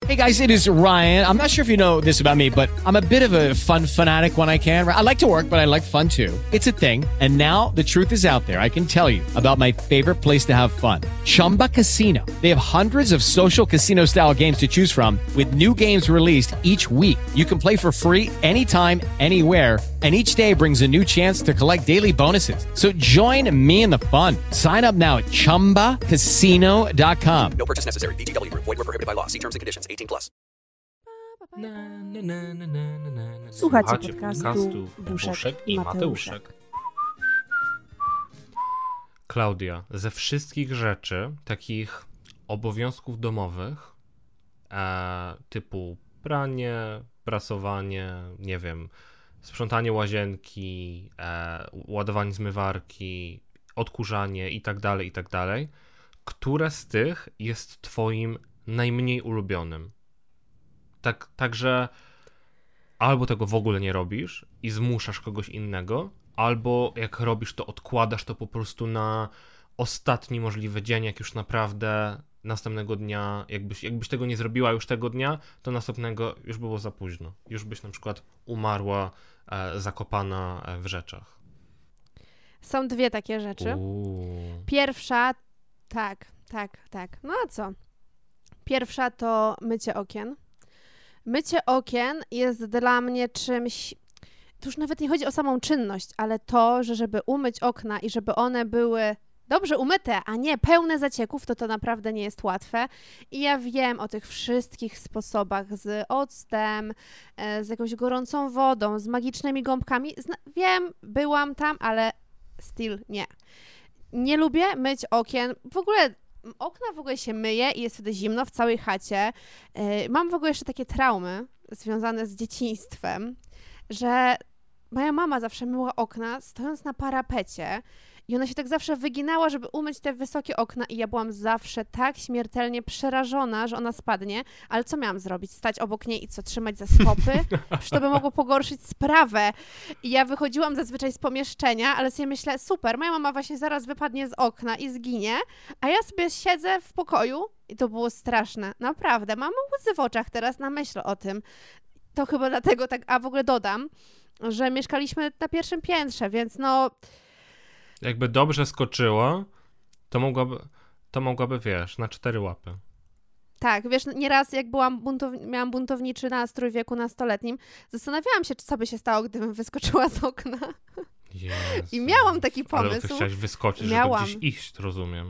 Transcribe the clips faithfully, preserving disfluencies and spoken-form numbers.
Hey guys, it is Ryan. I'm not sure if you know this about me, but I'm a bit of a fun fanatic when I can. I like to work, but I like fun too. It's a thing. And now the truth is out there. I can tell you about my favorite place to have fun. Chumba Casino. They have hundreds of social casino style games to choose from with new games released each week. You can play for free anytime, anywhere. And each day brings a new chance to collect daily bonuses. So join me in the fun. Sign up now at chumba casino dot com. No purchase necessary. V G W. Void where prohibited by law. See terms and conditions. eighteen plus. Na, na, na, na, na, na, na. Słuchacie podcastu podcastu Buszek Buszek i i Mateuszek. Mateuszek. Klaudia, ze wszystkich rzeczy, takich obowiązków domowych, e, typu pranie, prasowanie, nie wiem, sprzątanie łazienki, e, ładowanie zmywarki, odkurzanie i tak dalej, i tak dalej, które z tych jest twoim najmniej ulubionym? Tak, także albo tego w ogóle nie robisz i zmuszasz kogoś innego, albo jak robisz, to odkładasz to po prostu na ostatni możliwy dzień, jak już naprawdę następnego dnia, jakbyś, jakbyś tego nie zrobiła już tego dnia, to następnego już było za późno. Już byś na przykład umarła e, zakopana w rzeczach. Są dwie takie rzeczy. Uuu. Pierwsza, tak, tak, tak. No a co? Pierwsza to mycie okien. Mycie okien jest dla mnie czymś, to już nawet nie chodzi o samą czynność, ale to, że żeby umyć okna i żeby one były dobrze umyte, a nie pełne zacieków, to to naprawdę nie jest łatwe. I ja wiem o tych wszystkich sposobach z octem, e, z jakąś gorącą wodą, z magicznymi gąbkami. Zna- wiem, byłam tam, ale still nie. Nie lubię myć okien. W ogóle okna w ogóle się myje i jest wtedy zimno w całej chacie. Yy, mam w ogóle jeszcze takie traumy związane z dzieciństwem, że moja mama zawsze myła okna stojąc na parapecie i ona się tak zawsze wyginała, żeby umyć te wysokie okna i ja byłam zawsze tak śmiertelnie przerażona, że ona spadnie, ale co miałam zrobić? Stać obok niej i co, trzymać za stopy? Przecież to by mogło pogorszyć sprawę. I ja wychodziłam zazwyczaj z pomieszczenia, ale sobie myślę, super, moja mama właśnie zaraz wypadnie z okna i zginie, a ja sobie siedzę w pokoju i to było straszne. Naprawdę, mam łzy w oczach teraz na myśl o tym. To chyba dlatego tak, a w ogóle dodam, że mieszkaliśmy na pierwszym piętrze, więc no... Jakby dobrze skoczyła, to mogłaby, to mogłaby, wiesz, na cztery łapy. Tak, wiesz, nieraz jak byłam buntow- miałam buntowniczy nastrój w wieku nastoletnim, zastanawiałam się, co by się stało, gdybym wyskoczyła z okna. Jezu. I miałam taki Ale pomysł. ty chciałaś wyskoczyć, Miałam. żeby gdzieś iść, rozumiem.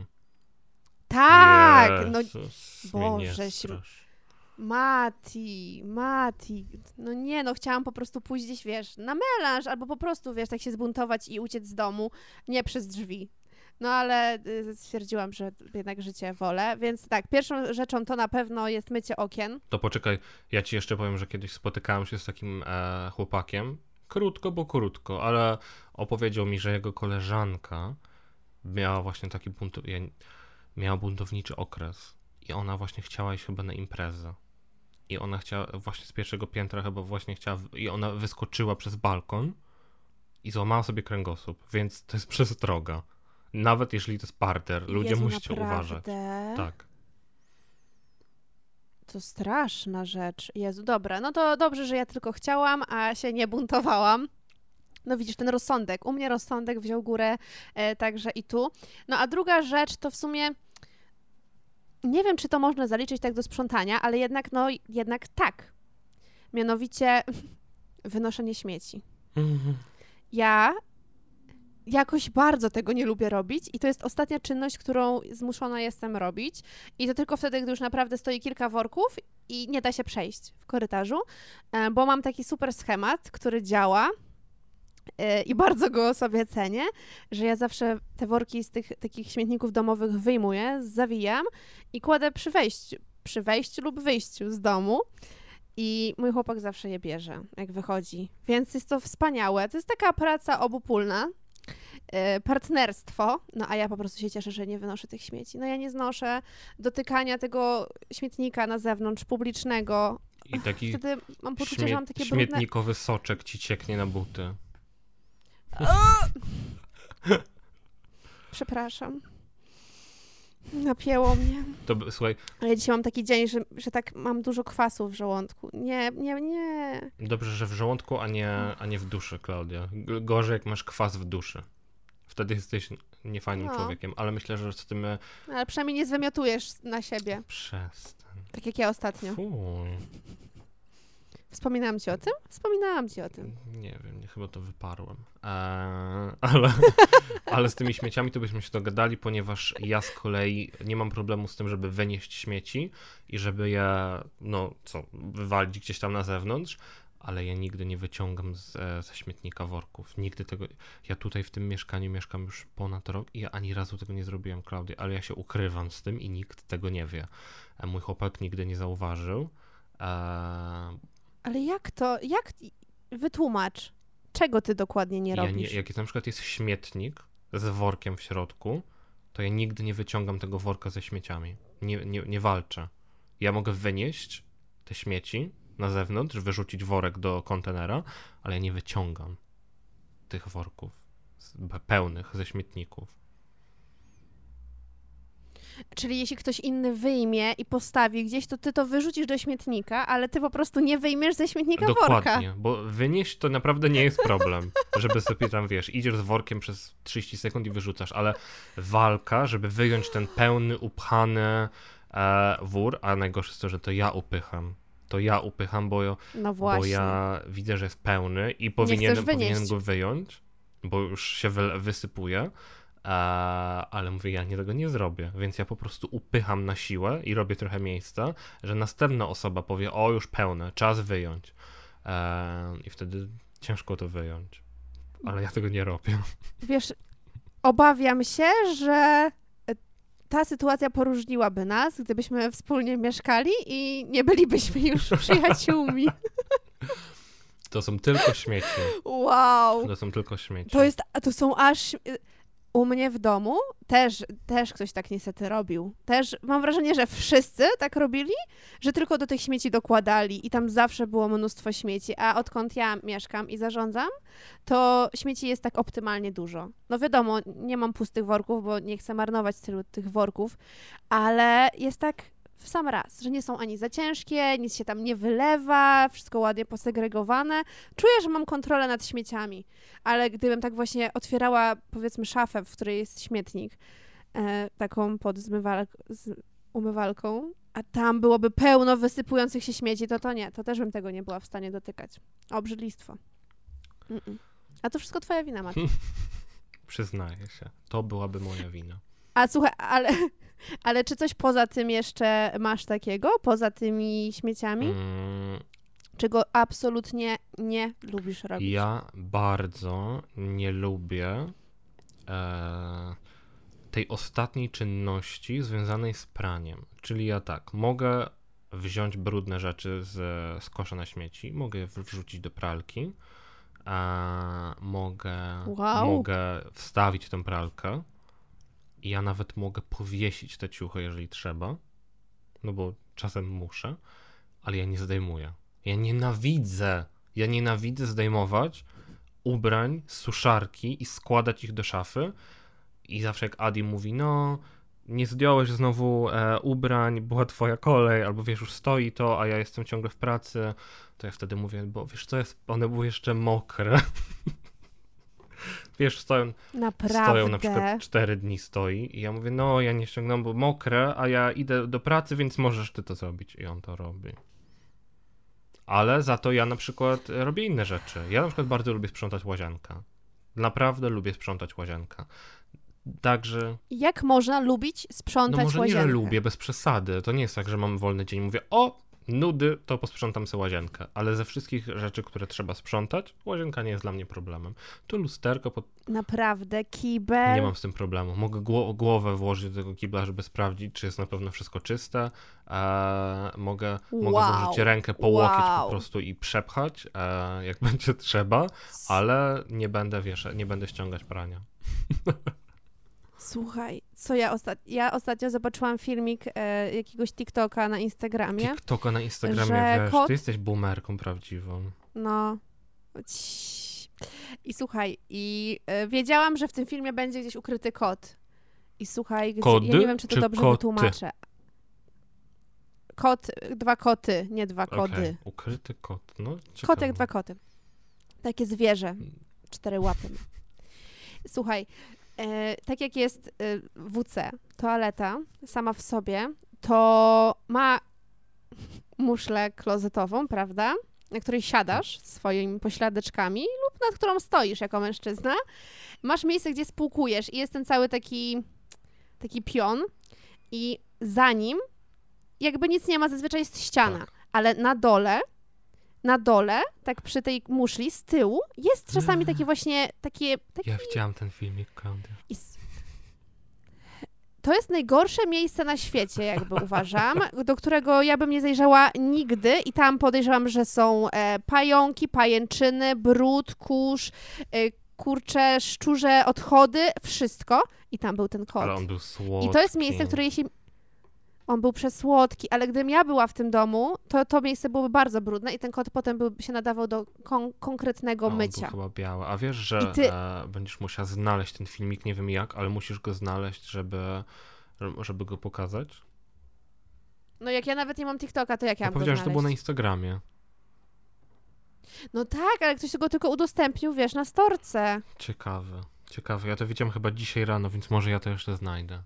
Tak, no Jezus, Boże, mnie nie śm- strasz. Mati, Mati, no nie, no chciałam po prostu pójść gdzieś, wiesz, na melanż, albo po prostu, wiesz, tak się zbuntować i uciec z domu, nie przez drzwi. No ale y, stwierdziłam, że jednak życie wolę, więc tak, pierwszą rzeczą to na pewno jest mycie okien. To poczekaj, ja ci jeszcze powiem, że kiedyś spotykałem się z takim e, chłopakiem, krótko, bo krótko, ale opowiedział mi, że jego koleżanka miała właśnie taki buntu- ja, miała buntowniczy okres i ona właśnie chciała iść chyba na imprezę. I ona chciała, właśnie z pierwszego piętra chyba właśnie chciała, i ona wyskoczyła przez balkon i złamała sobie kręgosłup, więc to jest przestroga. Nawet jeżeli to jest parter, ludzie Jezu, musicie naprawdę? uważać. Tak. To straszna rzecz. Jezu, dobra, no to dobrze, że ja tylko chciałam, a się nie buntowałam. No widzisz, ten rozsądek. U mnie rozsądek wziął górę, e, także i tu. No a druga rzecz to w sumie, nie wiem, czy to można zaliczyć tak do sprzątania, ale jednak, no jednak tak. Mianowicie wynoszenie śmieci. Ja jakoś bardzo tego nie lubię robić i to jest ostatnia czynność, którą zmuszona jestem robić i to tylko wtedy, gdy już naprawdę stoi kilka worków i nie da się przejść w korytarzu, e, bo mam taki super schemat, który działa e, i bardzo go sobie cenię, że ja zawsze te worki z tych takich śmietników domowych wyjmuję, zawijam i kładę przy wejściu, przy wejściu lub wyjściu z domu. I mój chłopak zawsze je bierze, jak wychodzi. Więc jest to wspaniałe. To jest taka praca obopólna, yy, partnerstwo. No a ja po prostu się cieszę, że nie wynoszę tych śmieci. No ja nie znoszę dotykania tego śmietnika na zewnątrz, publicznego. I taki Wtedy mam poczucie, śmie- że mam takie brudne... śmietnikowy soczek ci cieknie na buty. Przepraszam. Napięło mnie. To, b- słuchaj, A ja dzisiaj mam taki dzień, że, że tak mam dużo kwasu w żołądku. Nie, nie, nie. dobrze, że w żołądku, a nie, a nie w duszy, Klaudia. G- Gorzej, jak masz kwas w duszy. Wtedy jesteś niefajnym No. człowiekiem, ale myślę, że z tym... e, Ale przynajmniej nie zwymiotujesz na siebie, Przestań. tak jak ja ostatnio. Fuj. Wspominałam ci o tym? Wspominałam ci o tym. Nie wiem, nie, chyba to wyparłem. Eee, ale, ale z tymi śmieciami to byśmy się dogadali, ponieważ ja z kolei nie mam problemu z tym, żeby wynieść śmieci i żeby je, no co, wywalić gdzieś tam na zewnątrz, ale ja nigdy nie wyciągam z, e, ze śmietnika worków. Nigdy tego... Ja tutaj w tym mieszkaniu mieszkam już ponad rok i ja ani razu tego nie zrobiłem, Klaudia, ale ja się ukrywam z tym i nikt tego nie wie. E, mój chłopak nigdy nie zauważył. Eee, Ale jak to? Jak? Wytłumacz. Czego ty dokładnie nie Ja robisz? nie, jak na przykład jest śmietnik z workiem w środku, to ja nigdy nie wyciągam tego worka ze śmieciami. Nie, nie, nie walczę. Ja mogę wynieść te śmieci na zewnątrz, wyrzucić worek do kontenera, ale ja nie wyciągam tych worków z- pe- pełnych ze śmietników. Czyli jeśli ktoś inny wyjmie i postawi gdzieś, to ty to wyrzucisz do śmietnika, ale ty po prostu nie wyjmiesz ze śmietnika worka. Dokładnie, bo wynieść to naprawdę nie jest problem, żeby sobie tam, wiesz, idziesz z workiem przez trzydzieści sekund i wyrzucasz, ale walka, żeby wyjąć ten pełny, upchany e, wór, a najgorsze jest to, że to ja upycham. To ja upycham, bo, No bo właśnie. ja widzę, że jest pełny i powinienem, chcesz wynieść. powinienem go wyjąć, bo już się wy, wysypuje. E, ale mówię, ja nie tego nie zrobię, więc ja po prostu upycham na siłę i robię trochę miejsca, że następna osoba powie, o już pełne, czas wyjąć. E, I wtedy ciężko to wyjąć. Ale ja tego nie robię. Wiesz, obawiam się, że ta sytuacja poróżniłaby nas, gdybyśmy wspólnie mieszkali i nie bylibyśmy już przyjaciółmi. To są tylko śmieci. Wow. To są tylko śmieci. To jest, to są aż... U mnie w domu też, też ktoś tak niestety robił. Też mam wrażenie, że wszyscy tak robili, że tylko do tych śmieci dokładali i tam zawsze było mnóstwo śmieci, a odkąd ja mieszkam i zarządzam, to śmieci jest tak optymalnie dużo. No wiadomo, nie mam pustych worków, bo nie chcę marnować tylu tych worków, ale jest tak w sam raz, że nie są ani za ciężkie, nic się tam nie wylewa, wszystko ładnie posegregowane. Czuję, że mam kontrolę nad śmieciami, ale gdybym tak właśnie otwierała, powiedzmy, szafę, w której jest śmietnik, e, taką pod zmywal- z umywalką, a tam byłoby pełno wysypujących się śmieci, to to nie, to też bym tego nie była w stanie dotykać. Obrzydlistwo. Mm-mm. A to wszystko twoja wina, Maciej. Przyznaję się. To byłaby moja wina. A słuchaj, ale, ale czy coś poza tym jeszcze masz takiego? Poza tymi śmieciami? Mm, Czego absolutnie nie lubisz robić? Ja bardzo nie lubię e, tej ostatniej czynności związanej z praniem. Czyli ja tak, mogę wziąć brudne rzeczy z, z kosza na śmieci, mogę je wrzucić do pralki, a mogę, Wow. mogę wstawić tę pralkę i ja nawet mogę powiesić te ciuchy, jeżeli trzeba, no bo czasem muszę, ale ja nie zdejmuję. Ja nienawidzę, ja nienawidzę zdejmować ubrań z suszarki i składać ich do szafy. I zawsze jak Adi mówi, no nie zdjąłeś znowu e, ubrań, była twoja kolej, albo wiesz, już stoi to, a ja jestem ciągle w pracy, to ja wtedy mówię, bo wiesz co, jest, one były jeszcze mokre. Wiesz, stoją, Naprawdę? stoją na przykład cztery dni stoi i ja mówię, no ja nie ściągnąłem, bo mokre, a ja idę do pracy, więc możesz ty to zrobić. I on to robi. Ale za to ja na przykład robię inne rzeczy. Ja na przykład bardzo lubię sprzątać łazienkę. Naprawdę lubię sprzątać łazienkę. Także, Jak można lubić sprzątać no może łazienkę? nie, że lubię, bez przesady. To nie jest tak, że mam wolny dzień i mówię, o, nudy, to posprzątam sobie łazienkę. Ale ze wszystkich rzeczy, które trzeba sprzątać, łazienka nie jest dla mnie problemem. Tu lusterko, pod... Naprawdę, kibel. nie mam z tym problemu. Mogę gło- głowę włożyć do tego kibla, żeby sprawdzić, czy jest na pewno wszystko czyste. Eee, mogę, mogę Wow. włożyć rękę po łokieć Wow. po prostu i przepchać, eee, jak będzie trzeba, ale nie będę, wiesz, nie będę ściągać prania. Słuchaj, co ja ostatnio... Ja ostatnio zobaczyłam filmik e, jakiegoś TikToka na Instagramie. TikToka na Instagramie, że wiesz, kot- ty jesteś boomerką prawdziwą. No. Ci- I słuchaj, i e, wiedziałam, że w tym filmie będzie gdzieś ukryty kot. I słuchaj, gdzie, Kody ja nie wiem, czy to czy dobrze koty? wytłumaczę. Kot, dwa koty, nie dwa Okej, kody. ukryty kot, no ciekawe. Kot jak dwa koty. Takie zwierzę. Cztery łapy ma. Słuchaj, e, tak jak jest e, W C, toaleta sama w sobie, to ma muszlę klozetową, prawda? Na której siadasz swoimi pośladeczkami lub nad którą stoisz jako mężczyzna. Masz miejsce, gdzie spłukujesz i jest ten cały taki, taki pion i za nim jakby nic nie ma, zazwyczaj jest ściana, Tak. ale na dole, na dole, tak przy tej muszli z tyłu jest czasami takie właśnie, takie... takie... Ja widziałam ten filmik, Klaudia. I s- To jest najgorsze miejsce na świecie, jakby uważam, do którego ja bym nie zajrzała nigdy i tam podejrzewam, że są e, pająki, pajęczyny, brud, kurz, e, kurcze, szczurze, odchody, wszystko. I tam był ten kot. Ale on był słodki. I to jest miejsce, które jeśli... On był przesłodki, ale gdybym ja była w tym domu, to to miejsce byłoby bardzo brudne i ten kot potem by się nadawał do kon- konkretnego No, on mycia. był chyba biały. A wiesz, że I ty- e, będziesz musiała znaleźć ten filmik, nie wiem jak, ale musisz go znaleźć, żeby, żeby go pokazać? No jak ja nawet nie mam TikToka, to jak ja Ja mam go powiedziałem, że to było na znaleźć? Instagramie. No tak, ale ktoś go tylko udostępnił, wiesz, na storce. Ciekawe, ciekawe. Ja to widziałem chyba dzisiaj rano, więc może ja to jeszcze znajdę.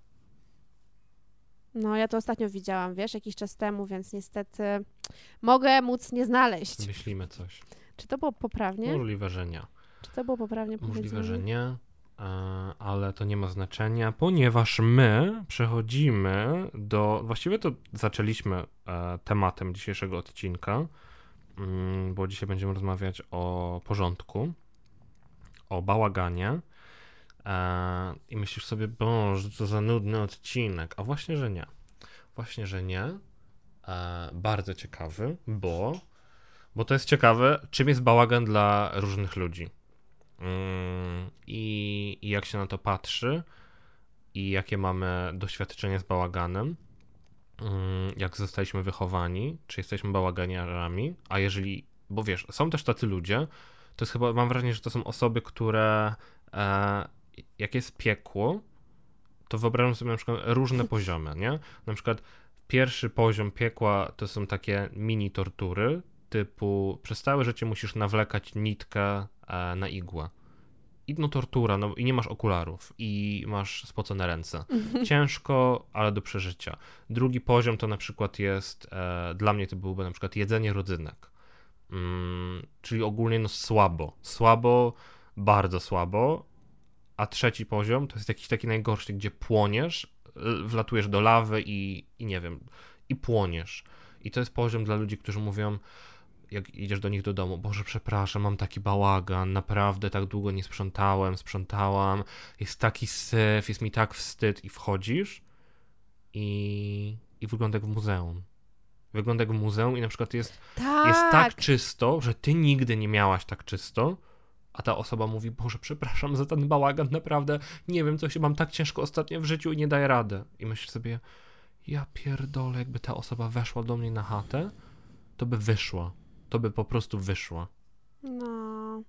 No ja to ostatnio widziałam, wiesz, jakiś czas temu, więc niestety mogę móc nie znaleźć. Myślimy coś. Czy to było poprawnie? Możliwe, że nie. Czy to było poprawnie Możliwe, powiedziane? że nie, e, ale to nie ma znaczenia, ponieważ my przechodzimy do... Właściwie to zaczęliśmy e, tematem dzisiejszego odcinka, mm, bo dzisiaj będziemy rozmawiać o porządku, o bałaganie e, i myślisz sobie, boże, co za nudny odcinek, a właśnie, że nie. Właśnie, że nie. E, bardzo ciekawy, bo, bo to jest ciekawe, czym jest bałagan dla różnych ludzi. I, I jak się na to patrzy i jakie mamy doświadczenie z bałaganem, jak zostaliśmy wychowani, czy jesteśmy bałaganiarzami, a jeżeli, bo wiesz, są też tacy ludzie, to jest chyba, mam wrażenie, że to są osoby, które e, jak jest piekło, to wyobrażam sobie na przykład różne poziomy, nie? Na przykład pierwszy poziom piekła to są takie mini tortury, typu przez całe życie musisz nawlekać nitkę e, na igłę. I no tortura, no i nie masz okularów i masz spocone ręce. Ciężko, ale do przeżycia. Drugi poziom to na przykład jest, e, dla mnie to byłoby na przykład jedzenie rodzynek. Mm, czyli ogólnie no słabo. Słabo, bardzo słabo. A trzeci poziom to jest jakiś taki najgorszy, gdzie płoniesz, wlatujesz do lawy i, i nie wiem, i płoniesz. I to jest poziom dla ludzi, którzy mówią, jak idziesz do nich do domu, Boże, przepraszam, mam taki bałagan, naprawdę tak długo nie sprzątałem, sprzątałam, jest taki syf, jest mi tak wstyd i wchodzisz i, i wygląda jak w muzeum. Wygląda jak w muzeum i na przykład jest Tak. jest tak czysto, że ty nigdy nie miałaś tak czysto, a ta osoba mówi, Boże, przepraszam za ten bałagan, naprawdę nie wiem, co się mam tak ciężko ostatnio w życiu i nie daję rady. I myślisz sobie, ja pierdolę, jakby ta osoba weszła do mnie na chatę, to by wyszła. To by po prostu wyszła. No.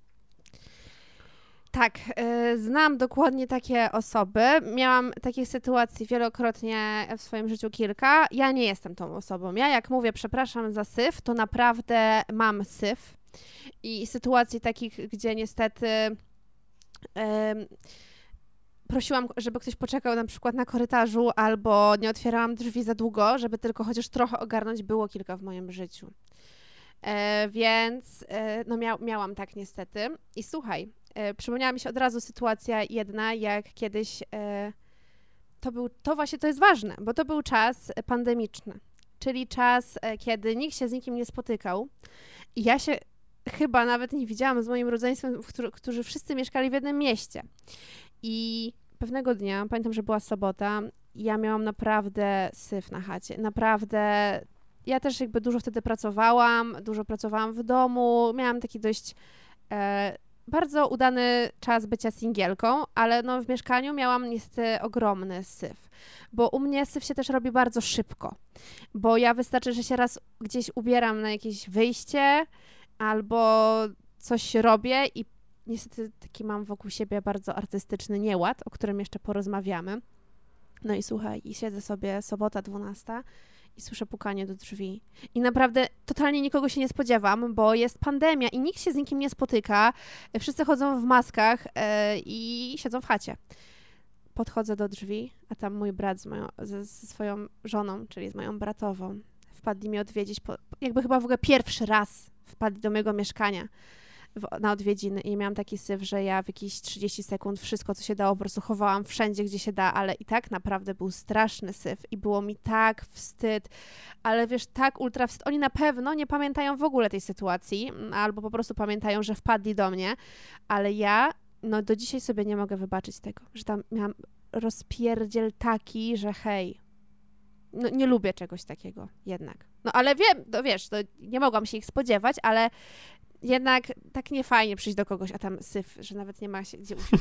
Tak, y, znam dokładnie takie osoby. Miałam takich sytuacji wielokrotnie w swoim życiu kilka. Ja nie jestem tą osobą. Ja jak mówię, przepraszam za syf, to naprawdę mam syf. I sytuacji takich, gdzie niestety ym, prosiłam, żeby ktoś poczekał na przykład na korytarzu albo nie otwierałam drzwi za długo, żeby tylko chociaż trochę ogarnąć, było kilka w moim życiu. E, więc e, no mia- miałam tak niestety. I słuchaj, e, przypomniała mi się od razu sytuacja jedna, jak kiedyś e, to był, to właśnie to jest ważne, bo to był czas pandemiczny, czyli czas, e, kiedy nikt się z nikim nie spotykał. I ja się chyba nawet nie widziałam z moim rodzeństwem, którzy, którzy wszyscy mieszkali w jednym mieście. I pewnego dnia, pamiętam, że była sobota, ja miałam naprawdę syf na chacie, naprawdę. Ja też jakby dużo wtedy pracowałam, dużo pracowałam w domu, miałam taki dość e, bardzo udany czas bycia singielką, ale no w mieszkaniu miałam niestety ogromny syf, bo u mnie syf się też robi bardzo szybko, bo ja wystarczy, że się raz gdzieś ubieram na jakieś wyjście albo coś robię i niestety taki mam wokół siebie bardzo artystyczny nieład, o którym jeszcze porozmawiamy. No i słuchaj, i siedzę sobie, sobota dwunasta i słyszę pukanie do drzwi. I naprawdę totalnie nikogo się nie spodziewam, bo jest pandemia i nikt się z nikim nie spotyka. Wszyscy chodzą w maskach e, i siedzą w chacie. Podchodzę do drzwi, a tam mój brat z moją, ze, ze swoją żoną, czyli z moją bratową. Wpadli mnie odwiedzić, po, jakby chyba w ogóle pierwszy raz wpadli do mojego mieszkania w, na odwiedziny i miałam taki syf, że ja w jakieś trzydzieści sekund wszystko, co się dało, po prostu chowałam wszędzie, gdzie się da, ale i tak naprawdę był straszny syf i było mi tak wstyd, ale wiesz, tak ultra wstyd. Oni na pewno nie pamiętają w ogóle tej sytuacji, albo po prostu pamiętają, że wpadli do mnie, ale ja no do dzisiaj sobie nie mogę wybaczyć tego, że tam miałam rozpierdziel taki, że hej, no nie lubię czegoś takiego jednak. No ale wiem, no wiesz, to nie mogłam się ich spodziewać, ale jednak tak nie fajnie przyjść do kogoś, a tam syf, że nawet nie ma się gdzie usiąść.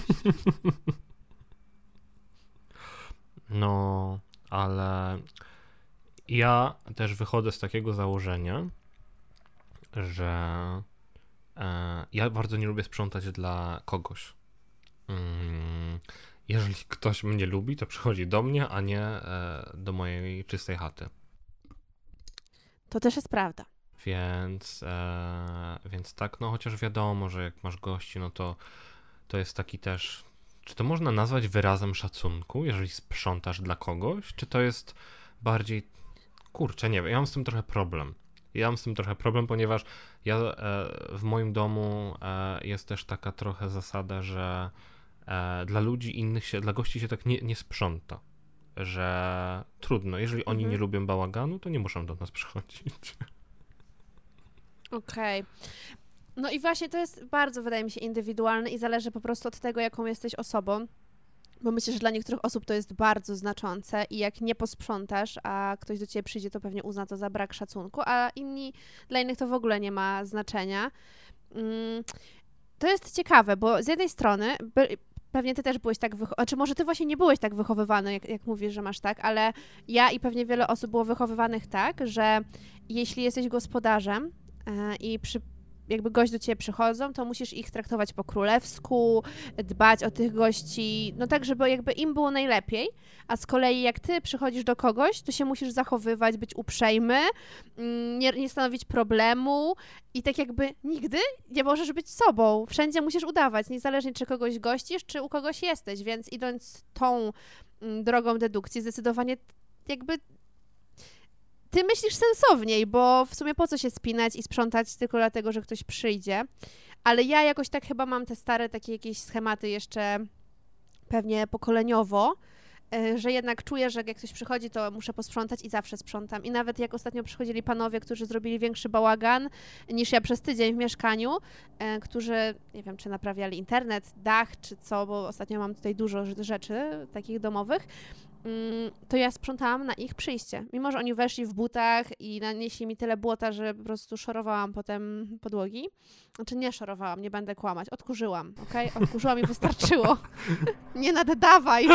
No, ale ja też wychodzę z takiego założenia, że e, ja bardzo nie lubię sprzątać dla kogoś. Mm, jeżeli ktoś mnie lubi, to przychodzi do mnie, a nie e, do mojej czystej chaty. To też jest prawda. Więc, e, więc tak, no chociaż wiadomo, że jak masz gości, no to to jest taki też, czy to można nazwać wyrazem szacunku, jeżeli sprzątasz dla kogoś, czy to jest bardziej, kurczę, nie wiem, ja mam z tym trochę problem. Ja mam z tym trochę problem, ponieważ ja e, w moim domu e, jest też taka trochę zasada, że e, dla ludzi innych się, dla gości się tak nie, nie sprząta, że trudno, jeżeli oni Mhm. nie lubią bałaganu, to nie muszą do nas przychodzić. Okej. Okay. No i właśnie to jest bardzo, wydaje mi się, indywidualne i zależy po prostu od tego, jaką jesteś osobą, bo myślę, że dla niektórych osób to jest bardzo znaczące i jak nie posprzątasz, a ktoś do ciebie przyjdzie, to pewnie uzna to za brak szacunku, a inni, dla innych to w ogóle nie ma znaczenia. Mm, to jest ciekawe, bo z jednej strony by, pewnie ty też byłeś tak wychowywany, czy może ty właśnie nie byłeś tak wychowywany, jak, jak mówisz, że masz tak, ale ja i pewnie wiele osób było wychowywanych tak, że jeśli jesteś gospodarzem yy, i przy jakby gość do ciebie przychodzą, to musisz ich traktować po królewsku, dbać o tych gości, no tak, żeby jakby im było najlepiej, a z kolei jak ty przychodzisz do kogoś, to się musisz zachowywać, być uprzejmy, nie, nie stanowić problemu i tak jakby nigdy nie możesz być sobą. Wszędzie musisz udawać, niezależnie czy kogoś gościsz, czy u kogoś jesteś, więc idąc tą drogą dedukcji, zdecydowanie jakby ty myślisz sensowniej, bo w sumie po co się spinać i sprzątać tylko dlatego, że ktoś przyjdzie. Ale ja jakoś tak chyba mam te stare takie jakieś schematy jeszcze pewnie pokoleniowo, że jednak czuję, że jak ktoś przychodzi, to muszę posprzątać i zawsze sprzątam. I nawet jak ostatnio przychodzili panowie, którzy zrobili większy bałagan niż ja przez tydzień w mieszkaniu, którzy, nie wiem, czy naprawiali internet, dach, czy co, bo ostatnio mam tutaj dużo rzeczy takich domowych, to ja sprzątałam na ich przyjście. Mimo że oni weszli w butach i nanieśli mi tyle błota, że po prostu szorowałam potem podłogi. Znaczy nie szorowałam, nie będę kłamać. Odkurzyłam, okej? Okay? Odkurzyłam i wystarczyło. Nie nadawaj.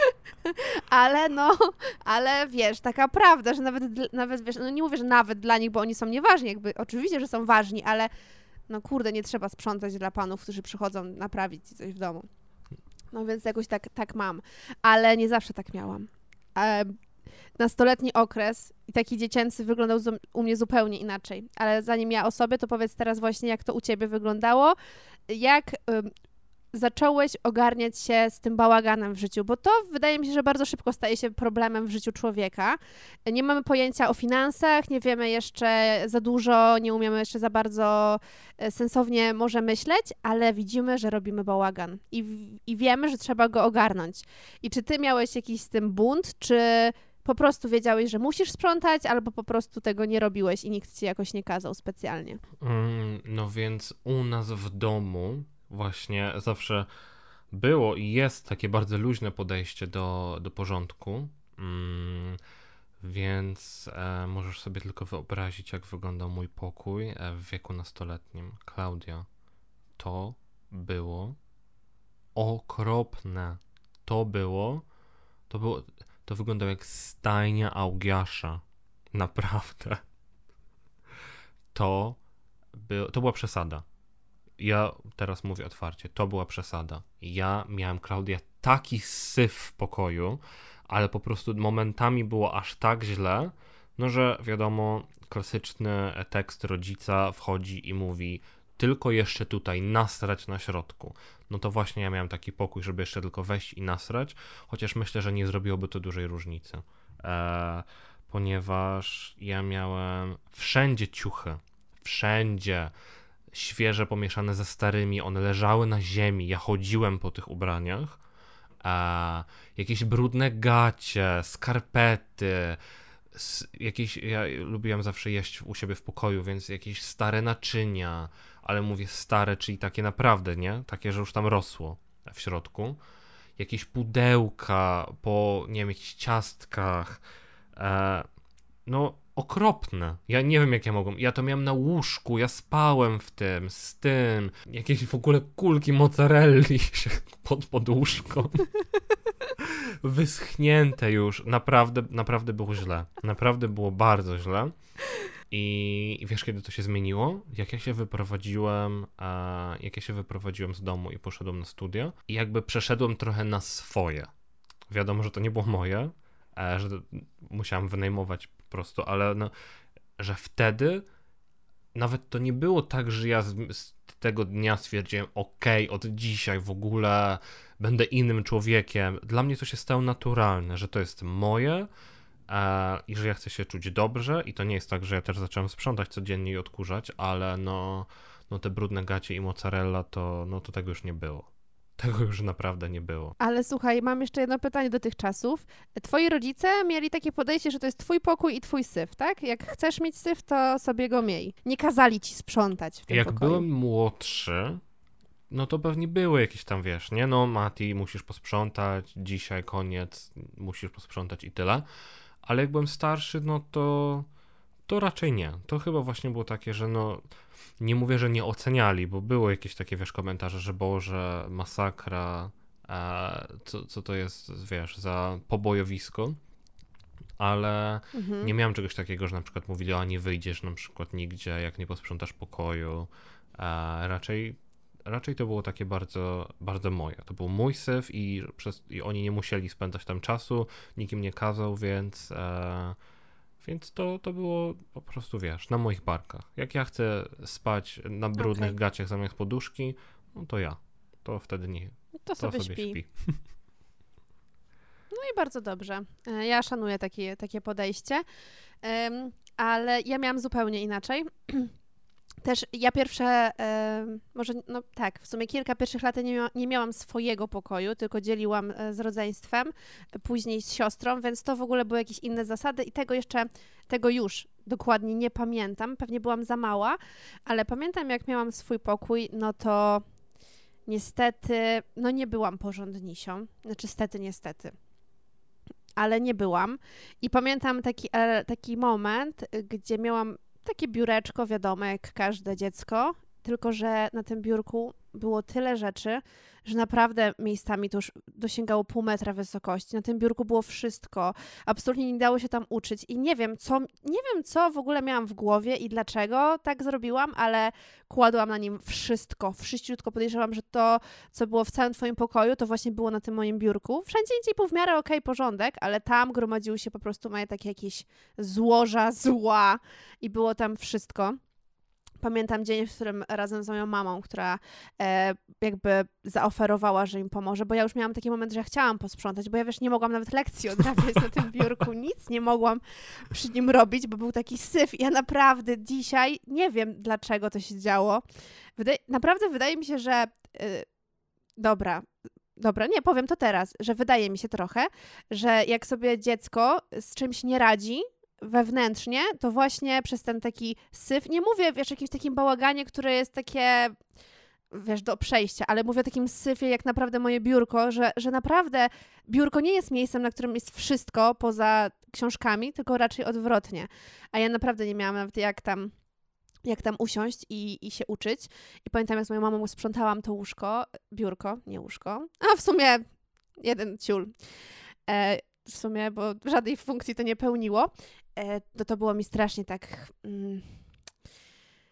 Ale no, ale wiesz, taka prawda, że nawet, nawet wiesz, no nie mówię, że nawet dla nich, bo oni są nieważni, jakby oczywiście, że są ważni, ale no kurde, nie trzeba sprzątać dla panów, którzy przychodzą naprawić ci coś w domu. No więc jakoś tak, tak mam, ale nie zawsze tak miałam. E, nastoletni okres i taki dziecięcy wyglądał zu- u mnie zupełnie inaczej, ale zanim ja o sobie, to powiedz teraz właśnie, jak to u ciebie wyglądało, jak y, zacząłeś ogarniać się z tym bałaganem w życiu, bo to wydaje mi się, że bardzo szybko staje się problemem w życiu człowieka. Nie mamy pojęcia o finansach, nie wiemy jeszcze za dużo, nie umiemy jeszcze za bardzo sensownie może myśleć, ale widzimy, że robimy bałagan i, w, i wiemy, że trzeba go ogarnąć. I czy ty miałeś jakiś z tym bunt, czy po prostu wiedziałeś, że musisz sprzątać, albo po prostu tego nie robiłeś i nikt ci jakoś nie kazał specjalnie? Mm, no więc u nas w domu właśnie zawsze było i jest takie bardzo luźne podejście do, do porządku, mm, więc e, możesz sobie tylko wyobrazić, jak wyglądał mój pokój e, w wieku nastoletnim. Klaudia, to było okropne. To było, to było, to wyglądało jak stajnia Augiasza. Naprawdę. To, by, to była przesada. Ja teraz mówię otwarcie, to była przesada. Ja miałem, Klaudia, taki syf w pokoju, ale po prostu momentami było aż tak źle, no że wiadomo, klasyczny tekst rodzica wchodzi i mówi tylko jeszcze tutaj nasrać na środku. No to właśnie ja miałem taki pokój, żeby jeszcze tylko wejść i nasrać, chociaż myślę, że nie zrobiłoby to dużej różnicy. Eee, ponieważ ja miałem wszędzie ciuchy, wszędzie świeże pomieszane ze starymi, one leżały na ziemi, ja chodziłem po tych ubraniach, eee, jakieś brudne gacie, skarpety, s- jakieś, ja lubiłem zawsze jeść u siebie w pokoju, więc jakieś stare naczynia, ale mówię stare, czyli takie naprawdę, nie? Takie, że już tam rosło w środku. Jakieś pudełka po, nie wiem, jakichś ciastkach. E, no, okropne. Ja nie wiem, jak ja mogłem. Ja to miałem na łóżku, ja spałem w tym, z tym. Jakieś w ogóle kulki mozzarelli pod poduszką. Wyschnięte już. Naprawdę, naprawdę było źle. Naprawdę było bardzo źle. I wiesz, kiedy to się zmieniło? Jak ja się wyprowadziłem, e, jak ja się wyprowadziłem z domu i poszedłem na studia i jakby przeszedłem trochę na swoje. Wiadomo, że to nie było moje, e, że musiałem wynajmować po prostu, ale no, że wtedy nawet to nie było tak, że ja z, z tego dnia stwierdziłem, okej, okay, od dzisiaj w ogóle będę innym człowiekiem. Dla mnie to się stało naturalne, że to jest moje, i że ja chcę się czuć dobrze i to nie jest tak, że ja też zacząłem sprzątać codziennie i odkurzać, ale no, no te brudne gacie i mozzarella to, no to tego już nie było. Tego już naprawdę nie było. Ale słuchaj, mam jeszcze jedno pytanie do tych czasów. Twoi rodzice mieli takie podejście, że to jest twój pokój i twój syf, tak? Jak chcesz mieć syf, to sobie go miej. Nie kazali ci sprzątać w tym Jak pokoju. byłem młodszy, no to pewnie były jakieś tam, wiesz, nie? No Mati, musisz posprzątać, dzisiaj koniec, musisz posprzątać i tyle. Ale jak byłem starszy, no to, to raczej nie. To chyba właśnie było takie, że no, nie mówię, że nie oceniali, bo było jakieś takie, wiesz, komentarze, że Boże, masakra, e, co, co to jest, wiesz, za pobojowisko, ale Mhm. nie miałem czegoś takiego, że na przykład mówili, a nie wyjdziesz na przykład nigdzie, jak nie posprzątasz pokoju. E, raczej, raczej to było takie bardzo, bardzo moje. To był mój syf i, przez, i oni nie musieli spędzać tam czasu, nikt im nie kazał, więc, e, więc to, to było po prostu, wiesz, na moich barkach. Jak ja chcę spać na brudnych Okej. gaciach zamiast poduszki, no to ja. To wtedy nie. To To sobie, sobie śpi. śpi. No i bardzo dobrze. E, Ja szanuję takie, takie podejście, Em, ale ja miałam zupełnie inaczej. Też ja pierwsze, em, może no tak, w sumie kilka pierwszych lat nie, mia- nie miałam swojego pokoju, tylko dzieliłam e, z rodzeństwem, e, później z siostrą, więc to w ogóle były jakieś inne zasady i tego jeszcze, tego już dokładnie nie pamiętam. Pewnie byłam za mała, ale pamiętam, jak miałam swój pokój, no to niestety, no nie byłam porządnisią. Znaczy, stety, niestety. Ale nie byłam. I pamiętam taki, e, taki moment, y, gdzie miałam takie biureczko, wiadomo, jak każde dziecko, tylko że na tym biurku było tyle rzeczy, że naprawdę miejscami to już dosięgało pół metra wysokości. Na tym biurku było wszystko. Absolutnie nie dało się tam uczyć i nie wiem, co, nie wiem, co w ogóle miałam w głowie i dlaczego tak zrobiłam, ale kładłam na nim wszystko, wszyściutko. Podejrzewam, że to, co było w całym twoim pokoju, to właśnie było na tym moim biurku. Wszędzie indziej był w miarę okej porządek, ale tam gromadziły się po prostu moje takie jakieś złoża zła i było tam wszystko. Pamiętam dzień, w którym razem z moją mamą, która e, jakby zaoferowała, że im pomoże, bo ja już miałam taki moment, że chciałam posprzątać, bo ja wiesz, nie mogłam nawet lekcji odrabiać na tym biurku, nic nie mogłam przy nim robić, bo był taki syf. Ja naprawdę dzisiaj nie wiem, dlaczego to się działo. Wydaje, naprawdę wydaje mi się, że y, dobra, dobra, nie, powiem to teraz, że wydaje mi się trochę, że jak sobie dziecko z czymś nie radzi, wewnętrznie, to właśnie przez ten taki syf, nie mówię, wiesz, o jakimś takim bałaganie, które jest takie, wiesz, do przejścia, ale mówię o takim syfie, jak naprawdę moje biurko, że, że naprawdę biurko nie jest miejscem, na którym jest wszystko poza książkami, tylko raczej odwrotnie. A ja naprawdę nie miałam nawet jak tam jak tam usiąść i, i się uczyć. I pamiętam, jak z moją mamą sprzątałam to łóżko, biurko, nie łóżko, a w sumie jeden ciul. E, w sumie, bo żadnej funkcji to nie pełniło. E, to to było mi strasznie tak... Mm,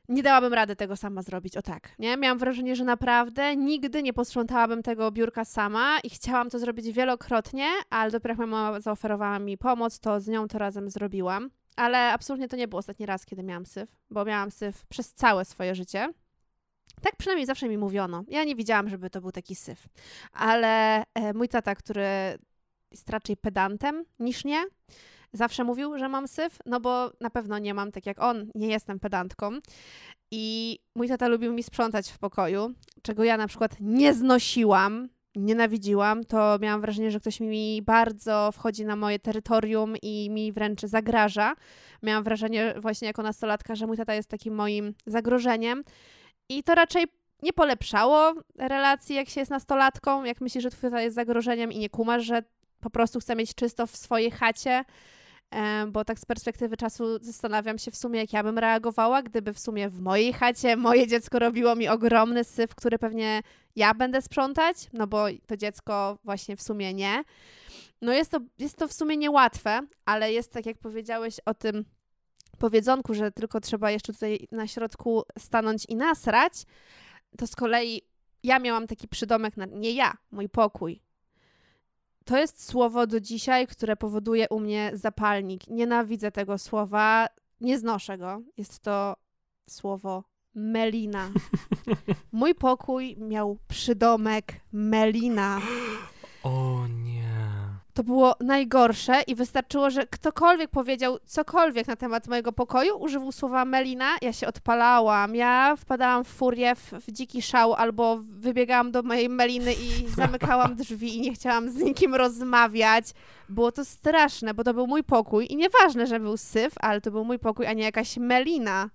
nie dałabym rady tego sama zrobić, o tak, nie? Miałam wrażenie, że naprawdę nigdy nie posprzątałabym tego biurka sama i chciałam to zrobić wielokrotnie, ale dopiero jak moja mama zaoferowała mi pomoc, to z nią to razem zrobiłam. Ale absolutnie to nie był ostatni raz, kiedy miałam syf, bo miałam syf przez całe swoje życie. Tak przynajmniej zawsze mi mówiono. Ja nie widziałam, żeby to był taki syf. Ale e, mój tata, który jest raczej pedantem niż nie, zawsze mówił, że mam syf, no bo na pewno nie mam, tak jak on, nie jestem pedantką. I mój tata lubił mi sprzątać w pokoju, czego ja na przykład nie znosiłam, nienawidziłam. To miałam wrażenie, że ktoś mi bardzo wchodzi na moje terytorium i mi wręcz zagraża. Miałam wrażenie właśnie jako nastolatka, że mój tata jest takim moim zagrożeniem. I to raczej nie polepszało relacji, jak się jest nastolatką, jak myślisz, że twój tata jest zagrożeniem i nie kumasz, że po prostu chce mieć czysto w swojej chacie, bo tak z perspektywy czasu zastanawiam się w sumie, jak ja bym reagowała, gdyby w sumie w mojej chacie moje dziecko robiło mi ogromny syf, który pewnie ja będę sprzątać, no bo to dziecko właśnie w sumie nie. No jest to, jest to w sumie niełatwe, ale jest tak, jak powiedziałeś o tym powiedzonku, że tylko trzeba jeszcze tutaj na środku stanąć i nasrać, to z kolei ja miałam taki przydomek, na, nie ja, mój pokój. To jest słowo do dzisiaj, które powoduje u mnie zapalnik. Nienawidzę tego słowa, nie znoszę go. Jest to słowo melina. Mój pokój miał przydomek melina. O nie. To było najgorsze i wystarczyło, że ktokolwiek powiedział cokolwiek na temat mojego pokoju, używał słowa melina, ja się odpalałam, ja wpadałam w furię, w, w dziki szał, albo wybiegałam do mojej meliny i zamykałam drzwi i nie chciałam z nikim rozmawiać. Było to straszne, bo to był mój pokój i nieważne, że był syf, ale to był mój pokój, a nie jakaś melina.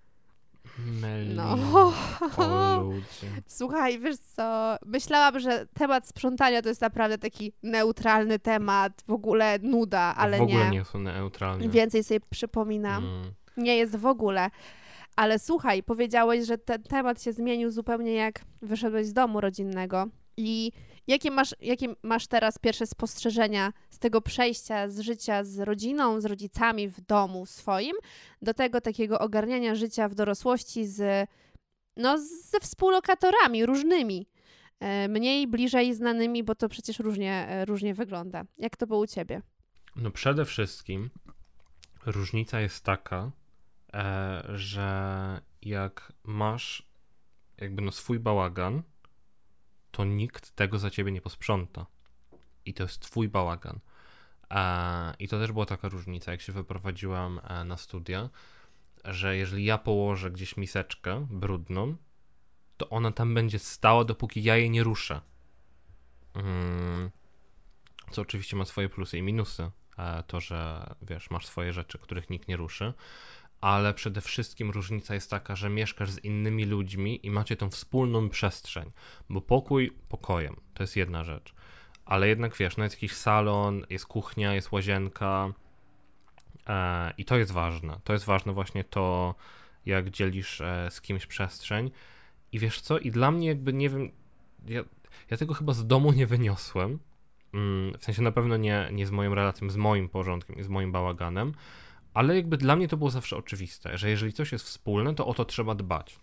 Melina. No. O ludzie. Słuchaj, wiesz co, myślałam, że temat sprzątania to jest naprawdę taki neutralny temat, w ogóle nuda, ale w ogóle nie. nie są neutralne. Więcej sobie przypominam. Mm. Nie jest w ogóle. Ale słuchaj, powiedziałeś, że ten temat się zmienił zupełnie jak wyszedłeś z domu rodzinnego. I jakie masz, jakie masz teraz pierwsze spostrzeżenia z tego przejścia z życia z rodziną, z rodzicami w domu swoim, do tego takiego ogarniania życia w dorosłości z, no, ze współlokatorami różnymi, e, mniej, bliżej znanymi, bo to przecież różnie, e, różnie wygląda. Jak to było u ciebie? No przede wszystkim różnica jest taka, e, że jak masz jakby no swój bałagan, to nikt tego za ciebie nie posprząta. I to jest twój bałagan. E, I to też była taka różnica, jak się wyprowadziłam e, na studia, że jeżeli ja położę gdzieś miseczkę brudną, to ona tam będzie stała, dopóki ja jej nie ruszę. Mm, co oczywiście ma swoje plusy i minusy. E, to, że wiesz, masz swoje rzeczy, których nikt nie ruszy. Ale przede wszystkim różnica jest taka, że mieszkasz z innymi ludźmi i macie tą wspólną przestrzeń, bo pokój pokojem, to jest jedna rzecz, ale jednak wiesz, no jest jakiś salon, jest kuchnia, jest łazienka e, i to jest ważne, to jest ważne właśnie to, jak dzielisz e, z kimś przestrzeń i wiesz co, i dla mnie jakby nie wiem, ja, ja tego chyba z domu nie wyniosłem, mm, w sensie na pewno nie, nie z moją relacją, z moim porządkiem i z moim bałaganem, ale jakby dla mnie to było zawsze oczywiste, że jeżeli coś jest wspólne, to o to trzeba dbać.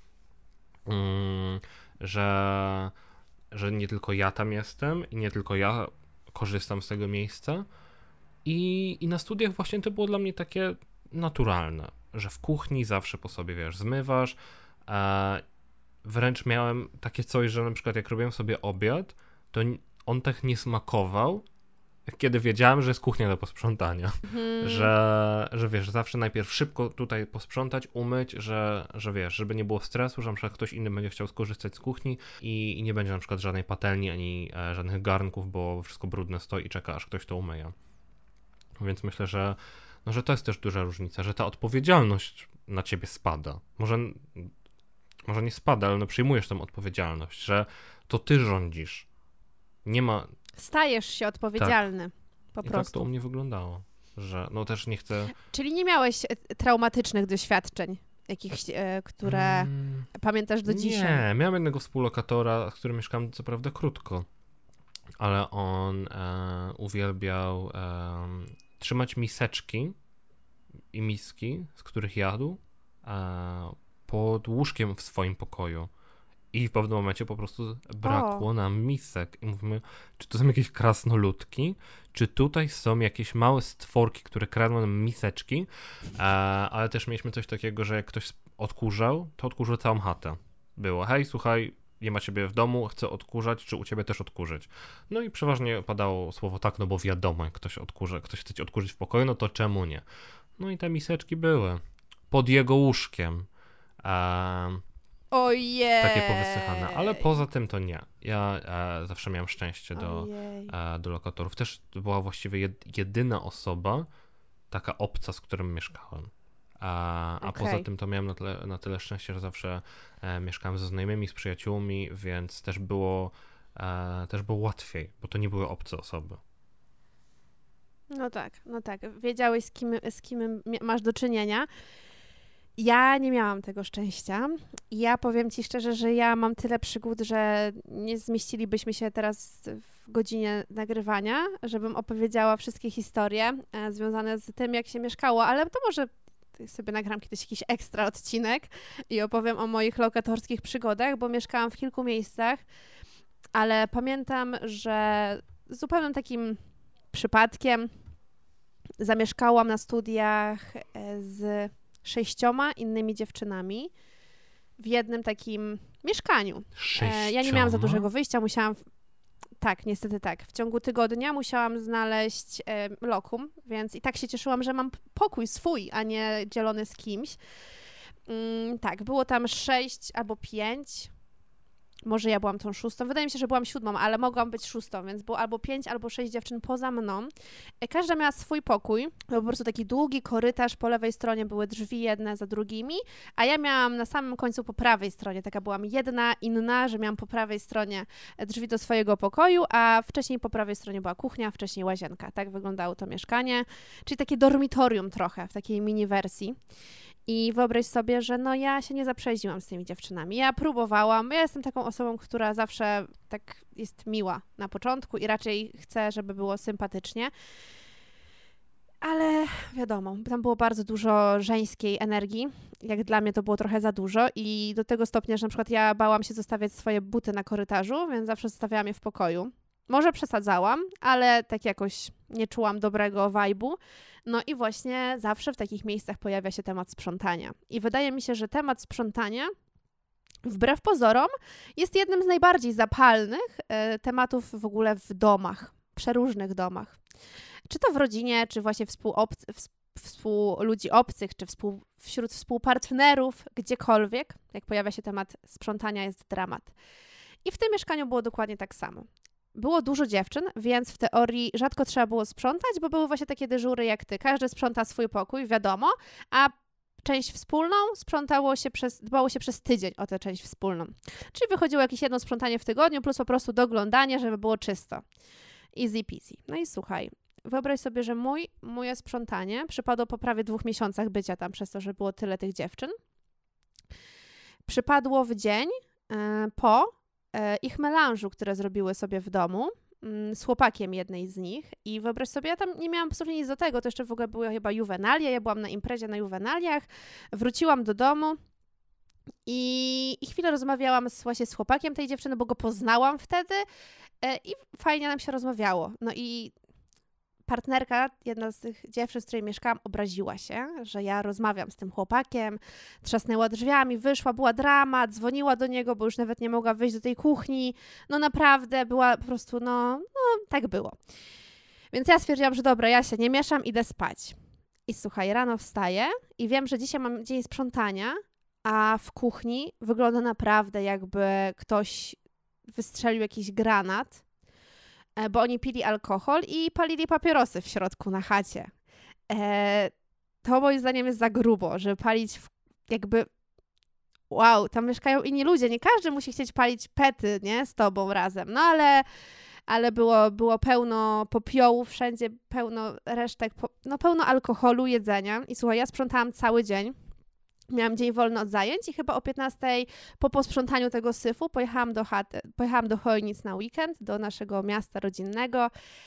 Mm, że, że nie tylko ja tam jestem i nie tylko ja korzystam z tego miejsca. I, i na studiach właśnie to było dla mnie takie naturalne, że w kuchni zawsze po sobie, wiesz, zmywasz. E, wręcz miałem takie coś, że na przykład jak robiłem sobie obiad, to on tak nie smakował, kiedy wiedziałem, że jest kuchnia do posprzątania, hmm. że, że wiesz, zawsze najpierw szybko tutaj posprzątać, umyć, że, że wiesz, żeby nie było stresu, że na przykład ktoś inny będzie chciał skorzystać z kuchni i, i nie będzie na przykład żadnej patelni ani e, żadnych garnków, bo wszystko brudne stoi i czeka, aż ktoś to umyje. Więc myślę, że, no, że to jest też duża różnica, że ta odpowiedzialność na ciebie spada. Może, może nie spada, ale no przyjmujesz tą odpowiedzialność, że to ty rządzisz. Nie ma... Stajesz się odpowiedzialny, tak. po I prostu. tak to u mnie wyglądało, że no też nie chcę... Czyli nie miałeś traumatycznych doświadczeń, jakichś, e, które hmm, pamiętasz do dzisiaj? Nie, miałem jednego współlokatora, z którym mieszkałem co prawda krótko, ale on e, uwielbiał e, trzymać miseczki i miski, z których jadł, e, pod łóżkiem w swoim pokoju. I w pewnym momencie po prostu brakło o. nam misek. I mówimy, czy to są jakieś krasnoludki, czy tutaj są jakieś małe stworki, które kradną nam miseczki, e, ale też mieliśmy coś takiego, że jak ktoś odkurzał, to odkurzył całą chatę. Było, hej, słuchaj, nie ma ciebie w domu, chcę odkurzać, czy u ciebie też odkurzyć. No i przeważnie padało słowo tak, no bo wiadomo, jak ktoś odkurza, ktoś chce ci odkurzyć w pokoju, no to czemu nie? No i te miseczki były pod jego łóżkiem. E, Ojej. Takie powysychane, ale poza tym to nie. Ja e, zawsze miałem szczęście do, e, do lokatorów. Też to była właściwie jed, jedyna osoba, taka obca, z którym mieszkałem. A, a okay. poza tym to miałem na tyle, na tyle szczęście, że zawsze e, mieszkałem ze znajomymi, z przyjaciółmi, więc też było, e, też było łatwiej, bo to nie były obce osoby. No tak, no tak. Wiedziałeś, z kim, z kim masz do czynienia. Ja nie miałam tego szczęścia. Ja powiem ci szczerze, że ja mam tyle przygód, że nie zmieścilibyśmy się teraz w godzinie nagrywania, żebym opowiedziała wszystkie historie e, związane z tym, jak się mieszkało, ale to może sobie nagram kiedyś jakiś ekstra odcinek i opowiem o moich lokatorskich przygodach, bo mieszkałam w kilku miejscach, ale pamiętam, że zupełnym takim przypadkiem zamieszkałam na studiach z sześcioma innymi dziewczynami w jednym takim mieszkaniu. Sześcioma? Ja nie miałam za dużego wyjścia, musiałam... W... Tak, niestety tak. W ciągu tygodnia musiałam znaleźć e, lokum, więc i tak się cieszyłam, że mam pokój swój, a nie dzielony z kimś. Mm, tak, było tam sześć albo pięć. Może ja byłam tą szóstą. Wydaje mi się, że byłam siódmą, ale mogłam być szóstą, więc było albo pięć, albo sześć dziewczyn poza mną. Każda miała swój pokój. Był po prostu taki długi korytarz. Po lewej stronie były drzwi jedne za drugimi, a ja miałam na samym końcu po prawej stronie. Taka byłam jedna, inna, że miałam po prawej stronie drzwi do swojego pokoju, a wcześniej po prawej stronie była kuchnia, wcześniej łazienka. Tak wyglądało to mieszkanie. Czyli takie dormitorium trochę, w takiej mini wersji. I wyobraź sobie, że no ja się nie zaprzeździłam z tymi dziewczynami. Ja próbowałam, ja jestem taką osobą, która zawsze tak jest miła na początku i raczej chce, żeby było sympatycznie. Ale wiadomo, tam było bardzo dużo żeńskiej energii. Jak dla mnie to było trochę za dużo i do tego stopnia, że na przykład ja bałam się zostawiać swoje buty na korytarzu, więc zawsze zostawiałam je w pokoju. Może przesadzałam, ale tak jakoś nie czułam dobrego vibe'u. No i właśnie zawsze w takich miejscach pojawia się temat sprzątania. I wydaje mi się, że temat sprzątania, wbrew pozorom, jest jednym z najbardziej zapalnych e, tematów w ogóle w domach, przeróżnych domach. Czy to w rodzinie, czy właśnie współobcy, współ ludzi obcych, czy współ, wśród współpartnerów, gdziekolwiek, jak pojawia się temat sprzątania, jest dramat. I w tym mieszkaniu było dokładnie tak samo. Było dużo dziewczyn, więc w teorii rzadko trzeba było sprzątać, bo były właśnie takie dyżury jak ty. Każdy sprząta swój pokój, wiadomo, a część wspólną sprzątało się przez, dbało się przez tydzień o tę część wspólną. Czyli wychodziło jakieś jedno sprzątanie w tygodniu, plus po prostu doglądanie, żeby było czysto. Easy peasy. No i słuchaj, wyobraź sobie, że mój, moje sprzątanie przypadło po prawie dwóch miesiącach bycia tam, przez to, że było tyle tych dziewczyn. Przypadło w dzień yy, po ich melanżu, które zrobiły sobie w domu z chłopakiem jednej z nich i wyobraź sobie, ja tam nie miałam absolutnie nic do tego, to jeszcze w ogóle były chyba juwenalia, ja byłam na imprezie na juwenaliach, wróciłam do domu i, i chwilę rozmawiałam z, właśnie z chłopakiem tej dziewczyny, bo go poznałam wtedy i fajnie nam się rozmawiało. No i partnerka, jedna z tych dziewczyn, z której mieszkałam, obraziła się, że ja rozmawiam z tym chłopakiem, trzasnęła drzwiami, wyszła, była dramat, dzwoniła do niego, bo już nawet nie mogła wyjść do tej kuchni. No naprawdę była po prostu, no, no tak było. Więc ja stwierdziłam, że dobra, ja się nie mieszam, idę spać. I słuchaj, rano wstaję i wiem, że dzisiaj mam dzień sprzątania, a w kuchni wygląda naprawdę jakby ktoś wystrzelił jakiś granat, bo oni pili alkohol i palili papierosy w środku na chacie. E, to moim zdaniem jest za grubo, żeby palić w, jakby... Wow, tam mieszkają inni ludzie, nie każdy musi chcieć palić pety, nie, z tobą razem. No ale, ale było, było pełno popiołów, wszędzie pełno resztek, no pełno alkoholu, jedzenia. I słuchaj, ja sprzątałam cały dzień. Miałam dzień wolny od zajęć i chyba o piętnastej po posprzątaniu tego syfu pojechałam do chaty, pojechałam do Chojnic na weekend, do naszego miasta rodzinnego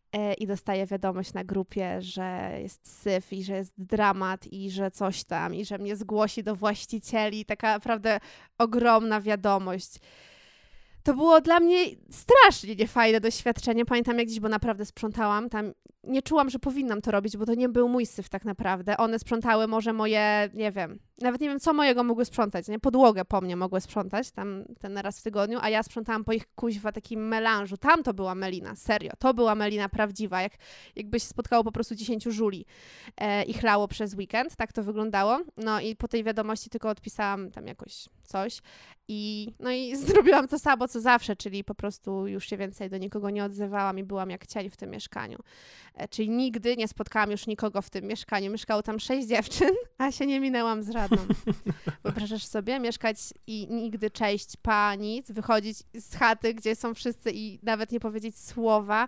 e, i dostaję wiadomość na grupie, że jest syf i że jest dramat i że coś tam i że mnie zgłosi do właścicieli. Taka naprawdę ogromna wiadomość. To było dla mnie strasznie niefajne doświadczenie. Pamiętam jak dziś, bo naprawdę sprzątałam. Tam nie czułam, że powinnam to robić, bo to nie był mój syf tak naprawdę. One sprzątały może moje, nie wiem, nawet nie wiem, co mojego mogły sprzątać, nie? Podłogę po mnie mogły sprzątać, tam ten raz w tygodniu, a ja sprzątałam po ich kuźwa takim melanżu. Tam to była melina, serio. To była melina prawdziwa, jak, jakby się spotkało po prostu dziesięciu żuli e, i chlało przez weekend. Tak to wyglądało. No i po tej wiadomości tylko odpisałam tam jakoś coś i no i zrobiłam to samo, co zawsze, czyli po prostu już się więcej do nikogo nie odzywałam i byłam jak cień w tym mieszkaniu. E, czyli nigdy nie spotkałam już nikogo w tym mieszkaniu. Mieszkało tam sześć dziewczyn, a się nie minęłam z żadną. Wyobrażasz sobie mieszkać i nigdy cześć, pa, nic, wychodzić z chaty, gdzie są wszyscy i nawet nie powiedzieć słowa.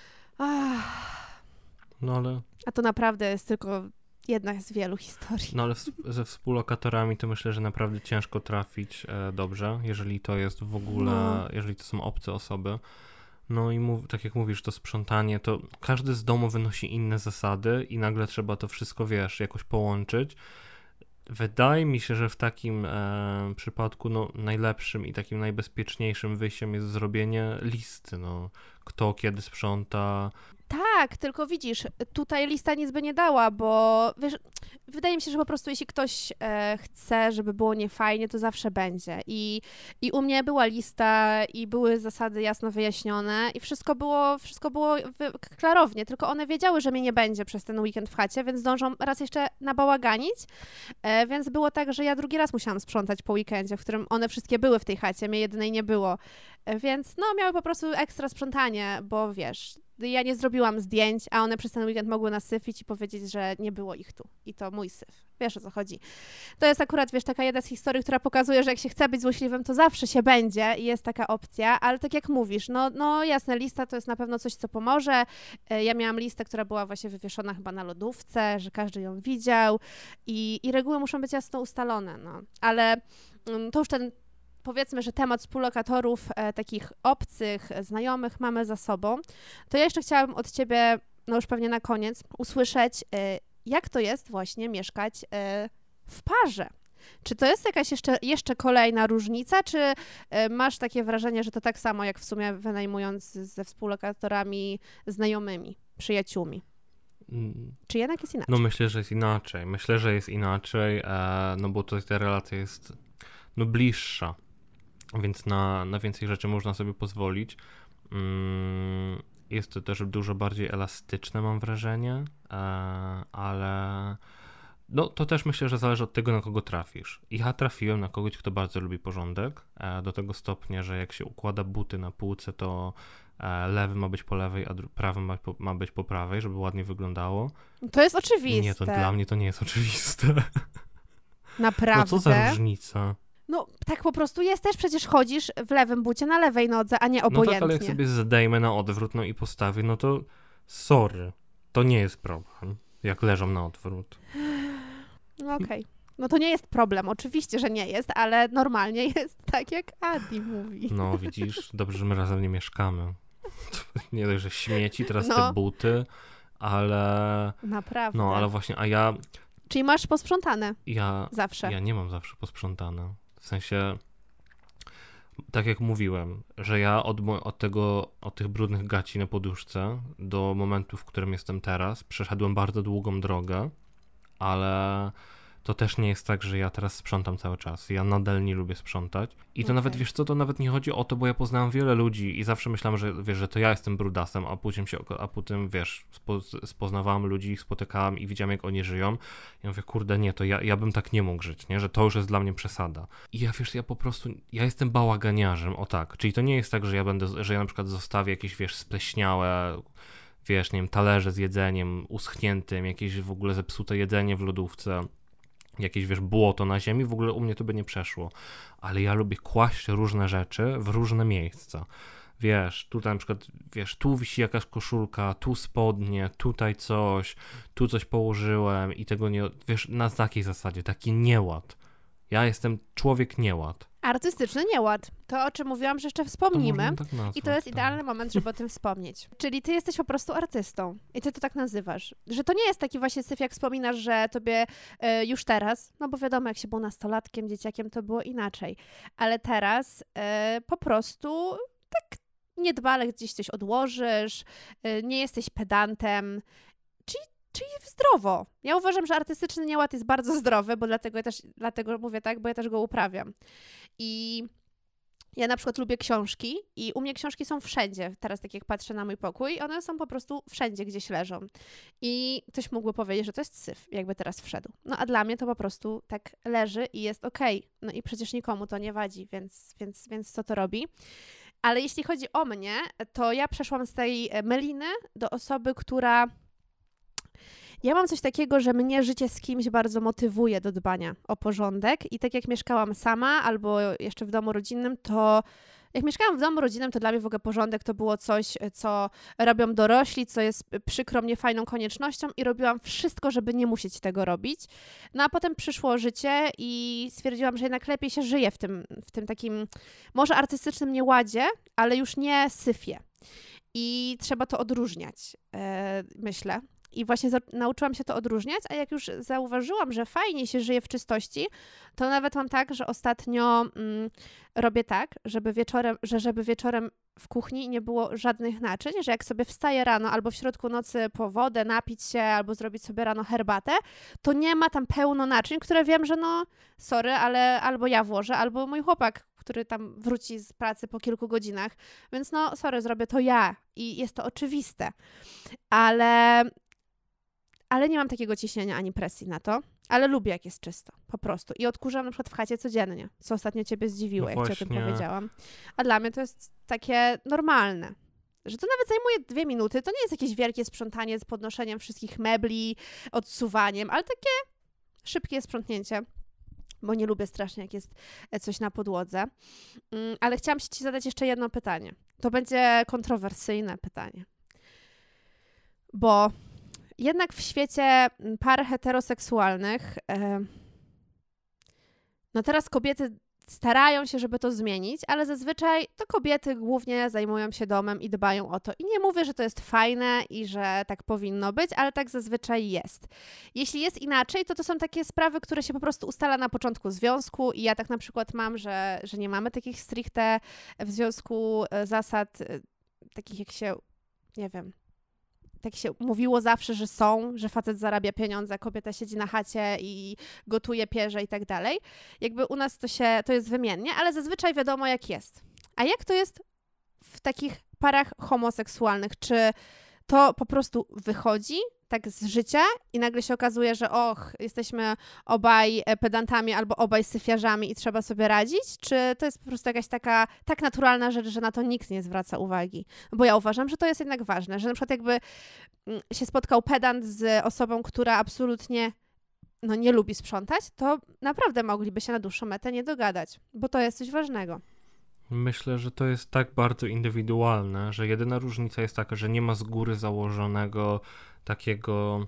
Ach. No ale... A to naprawdę jest tylko jedna z wielu historii. No ale w, ze współlokatorami to myślę, że naprawdę ciężko trafić e, dobrze, jeżeli to jest w ogóle, No. jeżeli to są obce osoby. No i mów, tak jak mówisz, to sprzątanie, to każdy z domu wynosi inne zasady i nagle trzeba to wszystko, wiesz, jakoś połączyć. Wydaje mi się, że w takim e, przypadku no, najlepszym i takim najbezpieczniejszym wyjściem jest zrobienie listy, no. Kto kiedy sprząta. Tak, tylko widzisz, tutaj lista nic by nie dała, bo wiesz, wydaje mi się, że po prostu jeśli ktoś e, chce, żeby było niefajnie, to zawsze będzie. I, I u mnie była lista i były zasady jasno wyjaśnione i wszystko było, wszystko było wy- klarownie, tylko one wiedziały, że mnie nie będzie przez ten weekend w chacie, więc zdążą raz jeszcze nabałaganić, e, więc było tak, że ja drugi raz musiałam sprzątać po weekendzie, w którym one wszystkie były w tej chacie, mnie jedynej nie było. E, więc no, miały po prostu ekstra sprzątanie, bo wiesz... Ja nie zrobiłam zdjęć, a one przez ten weekend mogły nasyfić i powiedzieć, że nie było ich tu. I to mój syf. Wiesz, o co chodzi. To jest akurat, wiesz, taka jedna z historii, która pokazuje, że jak się chce być złośliwym, to zawsze się będzie i jest taka opcja, ale tak jak mówisz, no, no jasne, lista to jest na pewno coś, co pomoże. Ja miałam listę, która była właśnie wywieszona chyba na lodówce, że każdy ją widział i, i reguły muszą być jasno ustalone, no. Ale mm, to już ten powiedzmy, że temat współlokatorów e, takich obcych, znajomych mamy za sobą, to ja jeszcze chciałabym od ciebie, no już pewnie na koniec, usłyszeć, e, jak to jest właśnie mieszkać e, w parze. Czy to jest jakaś jeszcze, jeszcze kolejna różnica, czy e, masz takie wrażenie, że to tak samo jak w sumie wynajmując ze współlokatorami znajomymi, przyjaciółmi? Czy jednak jest inaczej? No myślę, że jest inaczej. Myślę, że jest inaczej, e, no bo tutaj ta relacja jest no bliższa. Więc na, na więcej rzeczy można sobie pozwolić. Mm, jest to też dużo bardziej elastyczne, mam wrażenie, e, ale no to też myślę, że zależy od tego, na kogo trafisz. Ja trafiłem na kogoś, kto bardzo lubi porządek, e, do tego stopnia, że jak się układa buty na półce, to e, lewy ma być po lewej, a dru- prawy ma, po, ma być po prawej, żeby ładnie wyglądało. To jest oczywiste. Nie, to dla mnie to nie jest oczywiste. Naprawdę? No co za różnica? No, tak po prostu jest też, przecież chodzisz w lewym bucie na lewej nodze, a nie obojętnie. No tak, ale jak sobie zdejmę na odwrót, no i postawię, no to sorry, to nie jest problem, jak leżą na odwrót. No okej. Okay. No to nie jest problem, oczywiście, że nie jest, ale normalnie jest tak, jak Adi mówi. No widzisz, dobrze, że my razem nie mieszkamy. Nie dość, że śmieci, teraz no. te buty, ale... Naprawdę. No, ale właśnie, a ja... Czyli masz posprzątane? Ja... Zawsze. Ja nie mam zawsze posprzątane. W sensie, tak jak mówiłem, że ja od, mo- od tego, od tych brudnych gaci na poduszce do momentu, w którym jestem teraz, przeszedłem bardzo długą drogę, ale to też nie jest tak, że ja teraz sprzątam cały czas. Ja nadal nie lubię sprzątać. I to okay. nawet, wiesz co, to nawet nie chodzi o to, bo ja poznałem wiele ludzi i zawsze myślałem, że wiesz, że to ja jestem brudasem, a potem się, a potem, wiesz, spo, spoznawałem ludzi, ich spotykałem i widziałem, jak oni żyją. Ja mówię, kurde, nie, to ja, ja bym tak nie mógł żyć, nie, że to już jest dla mnie przesada. I ja, wiesz, ja po prostu, ja jestem bałaganiarzem, o tak. Czyli to nie jest tak, że ja będę, że ja na przykład zostawię jakieś, wiesz, spleśniałe, wiesz, nie wiem, talerze z jedzeniem uschniętym, jakieś w ogóle zepsute jedzenie w lodówce, jakieś, wiesz, błoto na ziemi, w ogóle u mnie to by nie przeszło. Ale ja lubię kłaść różne rzeczy w różne miejsca. Wiesz, tutaj na przykład, wiesz, tu wisi jakaś koszulka, tu spodnie, tutaj coś, tu coś położyłem i tego nie, wiesz, na takiej zasadzie, taki nieład. Ja jestem człowiek nieład. Artystyczny nieład. To, o czym mówiłam, że jeszcze wspomnimy. To tak nazwać, I to jest tak. idealny moment, żeby o tym wspomnieć. Czyli ty jesteś po prostu artystą. I ty to tak nazywasz. Że to nie jest taki właśnie syf, jak wspominasz, że tobie y, już teraz, no bo wiadomo, jak się było nastolatkiem, dzieciakiem, to było inaczej. Ale teraz y, po prostu tak niedbale gdzieś coś odłożysz, y, nie jesteś pedantem. Czyli Czyli zdrowo. Ja uważam, że artystyczny nieład jest bardzo zdrowy, bo dlatego ja też, dlatego mówię tak, bo ja też go uprawiam. I ja na przykład lubię książki i u mnie książki są wszędzie. Teraz tak jak patrzę na mój pokój, one są po prostu wszędzie, gdzieś leżą. I ktoś mógłby powiedzieć, że to jest syf, jakby teraz wszedł. No a dla mnie to po prostu tak leży i jest okej. Okay. No i przecież nikomu to nie wadzi, więc, więc, więc co to robi? Ale jeśli chodzi o mnie, to ja przeszłam z tej meliny do osoby, która... Ja mam coś takiego, że mnie życie z kimś bardzo motywuje do dbania o porządek i tak jak mieszkałam sama albo jeszcze w domu rodzinnym, to jak mieszkałam w domu rodzinnym, to dla mnie w ogóle porządek to było coś, co robią dorośli, co jest przykrą, niefajną koniecznością i robiłam wszystko, żeby nie musieć tego robić. No a potem przyszło życie i stwierdziłam, że jednak lepiej się żyje w tym, w tym takim może artystycznym nieładzie, ale już nie syfie. I trzeba to odróżniać, yy, myślę. I właśnie za- nauczyłam się to odróżniać, a jak już zauważyłam, że fajnie się żyje w czystości, to nawet mam tak, że ostatnio mm, robię tak, żeby wieczorem, że żeby wieczorem w kuchni nie było żadnych naczyń, że jak sobie wstaję rano albo w środku nocy po wodę napić się albo zrobić sobie rano herbatę, to nie ma tam pełno naczyń, które wiem, że no sorry, ale albo ja włożę, albo mój chłopak, który tam wróci z pracy po kilku godzinach, więc no sorry, zrobię to ja i jest to oczywiste, ale... Ale nie mam takiego ciśnienia ani presji na to, ale lubię, jak jest czysto, po prostu. I odkurzam na przykład w chacie codziennie, co ostatnio ciebie zdziwiło, No jak ci o tym właśnie. powiedziałam. A dla mnie to jest takie normalne, że to nawet zajmuje dwie minuty. To nie jest jakieś wielkie sprzątanie z podnoszeniem wszystkich mebli, odsuwaniem, ale takie szybkie sprzątnięcie, bo nie lubię strasznie, jak jest coś na podłodze. Mm, ale chciałam ci zadać jeszcze jedno pytanie. To będzie kontrowersyjne pytanie. Bo... Jednak w świecie par heteroseksualnych, e, no teraz kobiety starają się, żeby to zmienić, ale zazwyczaj to kobiety głównie zajmują się domem i dbają o to. I nie mówię, że to jest fajne i że tak powinno być, ale tak zazwyczaj jest. Jeśli jest inaczej, to to są takie sprawy, które się po prostu ustala na początku związku i ja tak na przykład mam, że, że nie mamy takich stricte w związku zasad, takich jak się, nie wiem... Tak się mówiło zawsze, że są, że facet zarabia pieniądze, kobieta siedzi na chacie i gotuje, pierze i tak dalej. Jakby u nas to się, to jest wymiennie, ale zazwyczaj wiadomo, jak jest. A jak to jest w takich parach homoseksualnych? Czy to po prostu wychodzi tak z życia i nagle się okazuje, że och, jesteśmy obaj pedantami albo obaj syfiarzami i trzeba sobie radzić? Czy to jest po prostu jakaś taka tak naturalna rzecz, że na to nikt nie zwraca uwagi? Bo ja uważam, że to jest jednak ważne, że na przykład jakby się spotkał pedant z osobą, która absolutnie no, nie lubi sprzątać, to naprawdę mogliby się na dłuższą metę nie dogadać, bo to jest coś ważnego. Myślę, że to jest tak bardzo indywidualne, że jedyna różnica jest taka, że nie ma z góry założonego takiego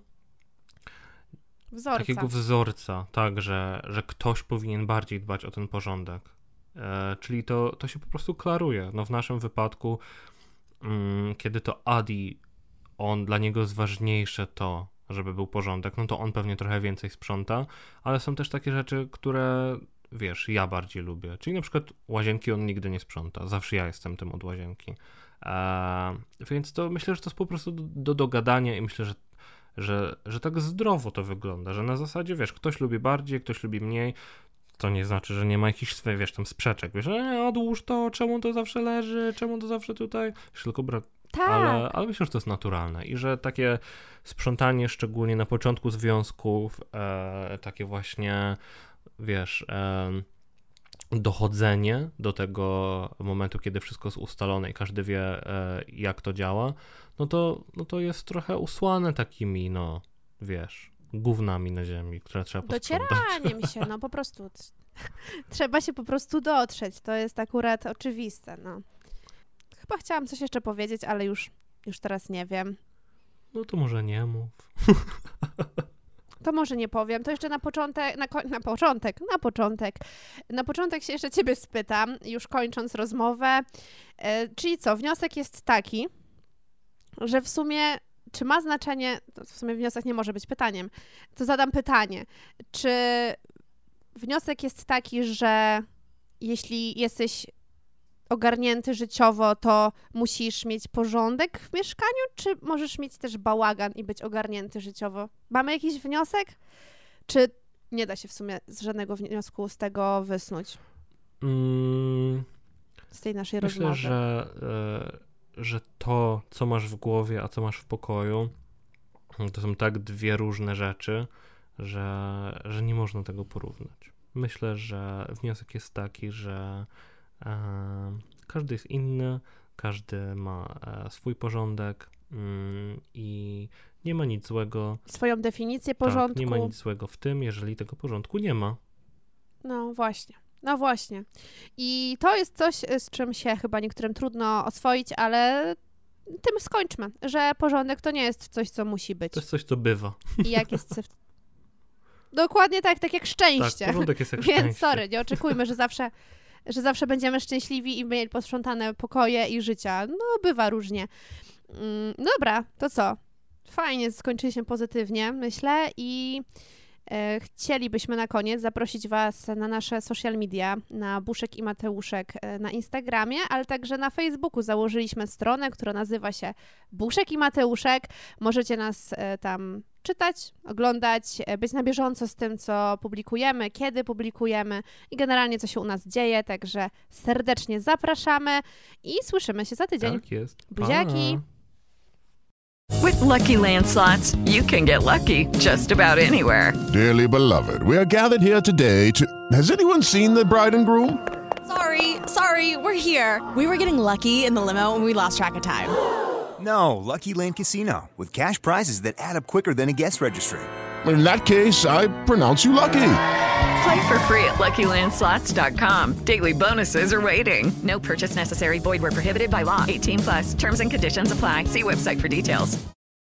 Wzorca. takiego wzorca, tak, że, że ktoś powinien bardziej dbać o ten porządek. E, czyli to, to się po prostu klaruje. No w naszym wypadku, mm, kiedy to Adi, on dla niego jest ważniejsze to, żeby był porządek, no to on pewnie trochę więcej sprząta, ale są też takie rzeczy, które wiesz, ja bardziej lubię. Czyli na przykład łazienki on nigdy nie sprząta. Zawsze ja jestem tym od łazienki. Eee, więc to myślę, że to jest po prostu do, do dogadania i myślę, że, że, że tak zdrowo to wygląda, że na zasadzie, wiesz, ktoś lubi bardziej, ktoś lubi mniej. To nie znaczy, że nie ma jakichś swoich, wiesz, tam sprzeczek. Wiesz, e, odłóż to, czemu to zawsze leży, czemu to zawsze tutaj. Wiesz, tylko brak. Tak. Ale, ale myślę, że to jest naturalne i że takie sprzątanie, szczególnie na początku związków, e, takie właśnie, wiesz, e, dochodzenie do tego momentu, kiedy wszystko jest ustalone i każdy wie, e, jak to działa, no to, no to jest trochę usłane takimi, no, wiesz, gównami na ziemi, które trzeba posprzątać. Docieraniem się, no po prostu. Trzeba się po prostu dotrzeć. To jest akurat oczywiste, no. Chyba chciałam coś jeszcze powiedzieć, ale już, już teraz nie wiem. No to może nie mów. to może nie powiem. To jeszcze na początek, na, ko- na początek, na początek. Na początek się jeszcze ciebie spytam, już kończąc rozmowę. E, czyli co, wniosek jest taki, że w sumie, czy ma znaczenie, w sumie wniosek nie może być pytaniem, to zadam pytanie, czy wniosek jest taki, że jeśli jesteś ogarnięty życiowo, to musisz mieć porządek w mieszkaniu, czy możesz mieć też bałagan i być ogarnięty życiowo? Mamy jakiś wniosek? Czy nie da się w sumie z żadnego wniosku z tego wysnuć? Mm, z tej naszej myślę, rozmowy. że, e, że to, co masz w głowie, a co masz w pokoju, to są tak dwie różne rzeczy, że, że nie można tego porównać. Myślę, że wniosek jest taki, że e, każdy jest inny, każdy ma e, swój porządek mm, i nie ma nic złego. Swoją definicję porządku. Tak, nie ma nic złego w tym, jeżeli tego porządku nie ma. No właśnie. No właśnie. I to jest coś, z czym się chyba niektórym trudno oswoić, ale tym skończmy, że porządek to nie jest coś, co musi być. To jest coś, co bywa. I jak jest... Syf... Dokładnie tak, tak jak szczęście. Tak, porządek jest jak Więc szczęście. sorry, nie oczekujmy, że zawsze, że zawsze będziemy szczęśliwi i mieli posprzątane pokoje i życia. No, bywa różnie. Mm, dobra, to co? Fajnie, skończyliśmy pozytywnie, myślę, i e, chcielibyśmy na koniec zaprosić Was na nasze social media, na Buszek i Mateuszek e, na Instagramie, ale także na Facebooku założyliśmy stronę, która nazywa się Buszek i Mateuszek. Możecie nas e, tam czytać, oglądać, e, być na bieżąco z tym, co publikujemy, kiedy publikujemy i generalnie, co się u nas dzieje, także serdecznie zapraszamy i słyszymy się za tydzień. Tak jest. Buziaki! Pa. With Lucky Land Slots, you can get lucky just about anywhere. Dearly beloved, we are gathered here today to... Has anyone seen the bride and groom? Sorry, sorry, we're here. We were getting lucky in the limo and we lost track of time. No, Lucky Land Casino, with cash prizes that add up quicker than a guest registry. In that case, I pronounce you lucky. Play for free at lucky land slots dot com. Daily bonuses are waiting. No purchase necessary. Void where prohibited by law. eighteen plus. Terms and conditions apply. See website for details.